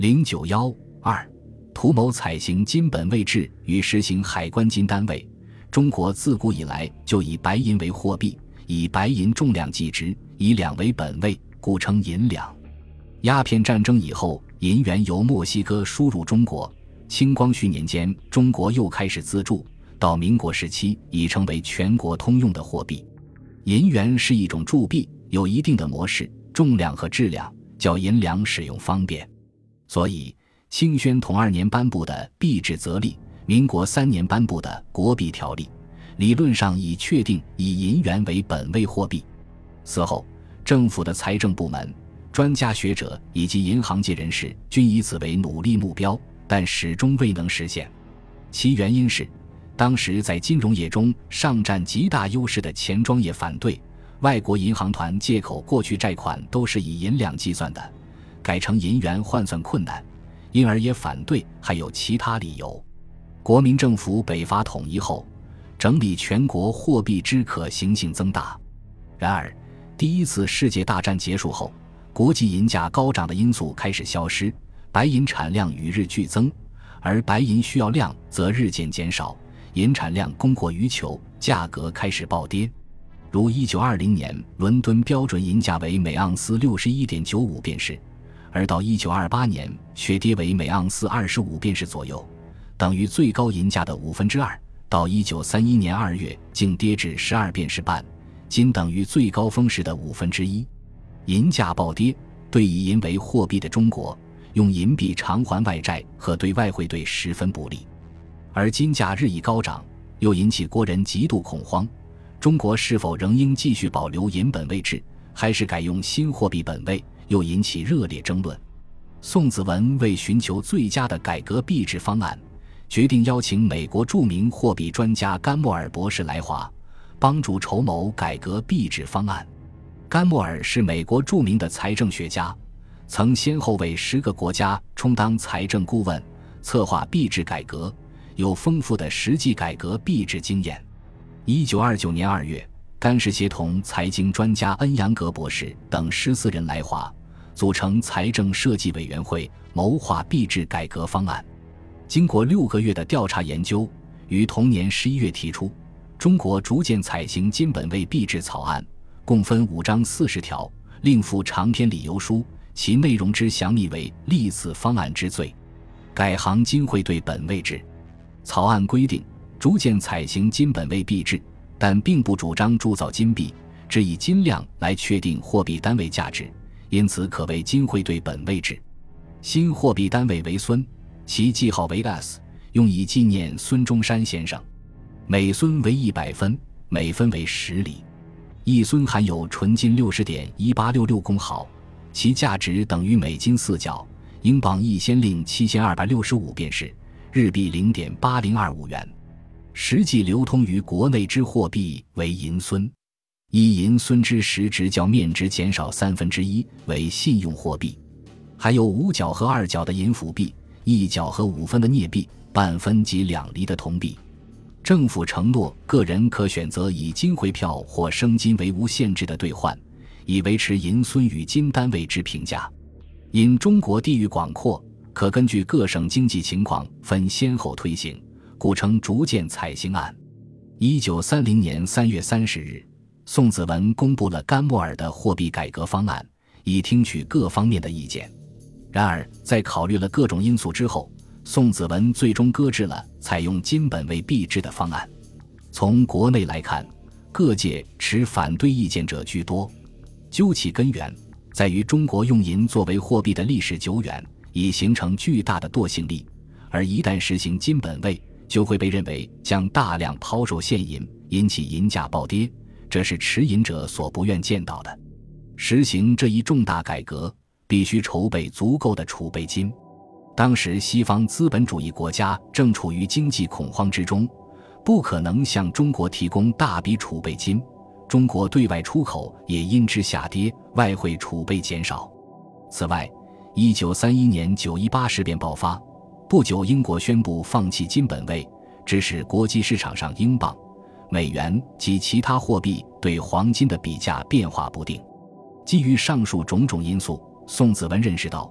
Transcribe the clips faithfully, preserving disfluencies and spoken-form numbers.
零九一二图谋采行金本位制与实行海关金单位。中国自古以来就以白银为货币，以白银重量计值，以两为本位，故称银两。鸦片战争以后，银元由墨西哥输入中国，清光绪年间中国又开始自铸，到民国时期已成为全国通用的货币。银元是一种铸币，有一定的模式、重量和质量，较银两使用方便。所以清宣统二年颁布的币制则例，民国三年颁布的国币条例，理论上已确定以银元为本位货币。此后政府的财政部门、专家学者以及银行界人士均以此为努力目标，但始终未能实现。其原因是当时在金融业中尚占极大优势的钱庄业反对，外国银行团借口过去债款都是以银两计算的，改成银元换算困难，因而也反对，还有其他理由。国民政府北伐统一后，整理全国货币之可行性增大。然而第一次世界大战结束后，国际银价高涨的因素开始消失，白银产量与日俱增，而白银需要量则日渐减少，银产量供过于求，价格开始暴跌。如一九二零年伦敦标准银价为每盎司 六十一点九五 便士，而到一九二八年却跌为每盎司二十五便士左右，等于最高银价的五分之二。到一九三一年二月竟跌至十二便士半，仅等于最高峰时的五分之一。银价暴跌，对以银为货币的中国用银币偿还外债和对外汇兑十分不利。而金价日益高涨，又引起国人极度恐慌，中国是否仍应继续保留银本位制，还是改用新货币本位，又引起热烈争论。宋子文为寻求最佳的改革币制方案，决定邀请美国著名货币专家甘莫尔博士来华，帮助筹谋改革币制方案。甘莫尔是美国著名的财政学家，曾先后为十个国家充当财政顾问，策划币制改革，有丰富的实际改革币制经验。一九二九年二月，甘氏协同财经专家恩扬格博士等十四人来华，组成财政设计委员会，谋划币制改革方案。经过六个月的调查研究，于同年十一月提出中国逐渐采行金本位币制草案，共分五章四十条，另附长篇理由书，其内容之详密为立此方案之最。改行金汇兑本位制。草案规定逐渐采行金本位币制，但并不主张铸造金币，只以金量来确定货币单位价值，因此可为金汇兑本位制。新货币单位为孙，其记号为 S， 用以纪念孙中山先生。每孙为一百分，每分为十厘。一孙含有纯金 六十点一八六六 公毫，其价值等于美金四角，英镑一先令七千二百六十五便士，日币 零点八零二五元。实际流通于国内之货币为银孙，一银孙之实值较面值减少三分之一，为信用货币。还有五角和二角的银辅币，一角和五分的镍币，半分及两厘的铜币。政府承诺个人可选择以金汇票或生金为无限制的兑换，以维持银孙与金单位之评价。因中国地域广阔，可根据各省经济情况分先后推行，故称逐渐采行案。一九三零年三月三十日，宋子文公布了甘莫尔的货币改革方案，以听取各方面的意见。然而在考虑了各种因素之后，宋子文最终搁置了采用金本位币制的方案。从国内来看，各界持反对意见者居多。究其根源，在于中国用银作为货币的历史久远，已形成巨大的惰性力，而一旦实行金本位，就会被认为将大量抛售现银，引起银价暴跌，这是持银者所不愿见到的。实行这一重大改革，必须筹备足够的储备金。当时西方资本主义国家正处于经济恐慌之中，不可能向中国提供大笔储备金，中国对外出口也因之下跌，外汇储备减少。此外，一九三一年九一八事变爆发，不久英国宣布放弃金本位，致使国际市场上英镑、美元及其他货币对黄金的比价变化不定。基于上述种种因素，宋子文认识到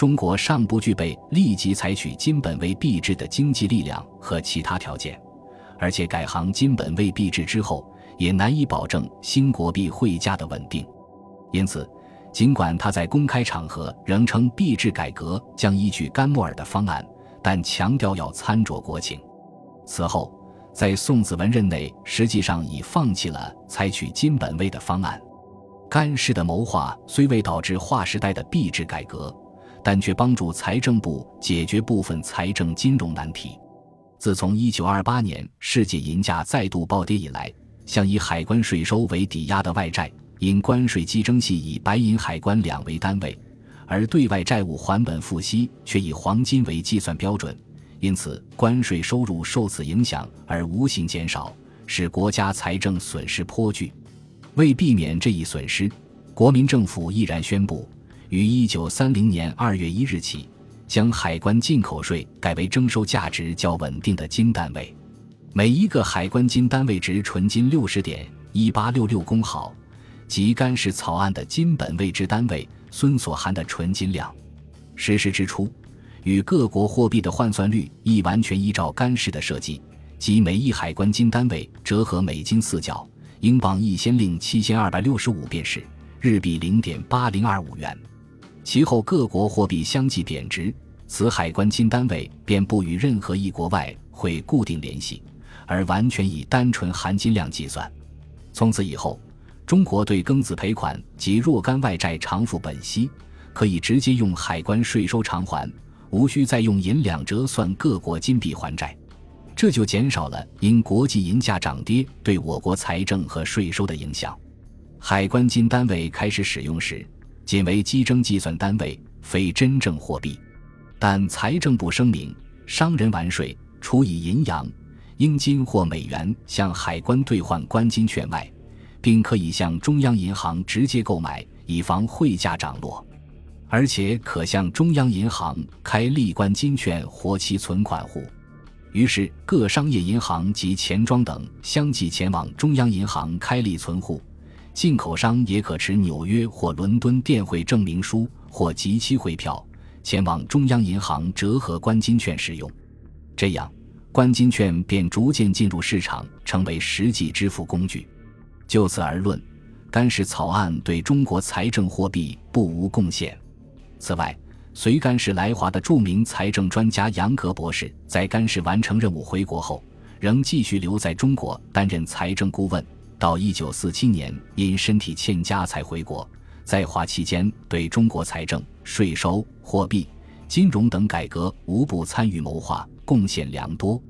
中国尚不具备立即采取金本位币制的经济力量和其他条件，而且改行金本位币制之后，也难以保证新国币汇价的稳定。因此，尽管他在公开场合仍称币制改革将依据甘莫尔的方案，但强调要参酌国情。此后，在宋子文任内，实际上已放弃了采取金本位的方案。甘氏的谋划虽未导致划时代的币制改革，但却帮助财政部解决部分财政金融难题。自从一九二八年世界银价再度暴跌以来，向以海关税收为抵押的外债，因关税稽征系以白银海关两为单位，而对外债务还本付息却以黄金为计算标准，因此关税收入受此影响而无形减少，使国家财政损失颇巨。为避免这一损失，国民政府毅然宣布，于一九三零年二月一日起，将海关进口税改为征收价值较稳定的金单位，每一个海关金单位值纯金 六十点一八六六 公毫，即甘氏草案的金本位制单位孙所含的纯金量。实施之初，与各国货币的换算率亦完全依照甘氏的设计，即每一海关金单位折合美金四角，英镑一先令七千二百六十五便士，日币 零点八零二五元。其后各国货币相继贬值，此海关金单位便不与任何一国外汇固定联系，而完全以单纯含金量计算。从此以后，中国对庚子赔款及若干外债偿付本息，可以直接用海关税收偿还，无需再用银两折算各国金币还债。这就减少了因国际银价涨跌对我国财政和税收的影响。海关金单位开始使用时，仅为稽征计算单位，非真正货币。但财政部声明，商人完税，除以银洋、英金或美元向海关兑换关金券外，并可以向中央银行直接购买，以防汇价涨落。而且可向中央银行开立关金券活期存款户。于是各商业银行及钱庄等相继前往中央银行开立存户，进口商也可持纽约或伦敦电汇证明书或即期汇票前往中央银行折合关金券使用。这样，关金券便逐渐进入市场，成为实际支付工具。就此而论，甘氏草案对中国财政货币不无贡献。此外，随甘氏来华的著名财政专家杨格博士在甘氏完成任务回国后，仍继续留在中国担任财政顾问，到一九四七年因身体欠佳才回国。在华期间，对中国财政、税收、货币、金融等改革无不参与谋划，贡献良多。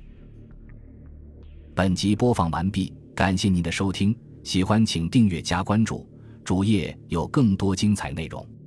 本集播放完毕，感谢您的收听，喜欢请订阅加关注，主页有更多精彩内容。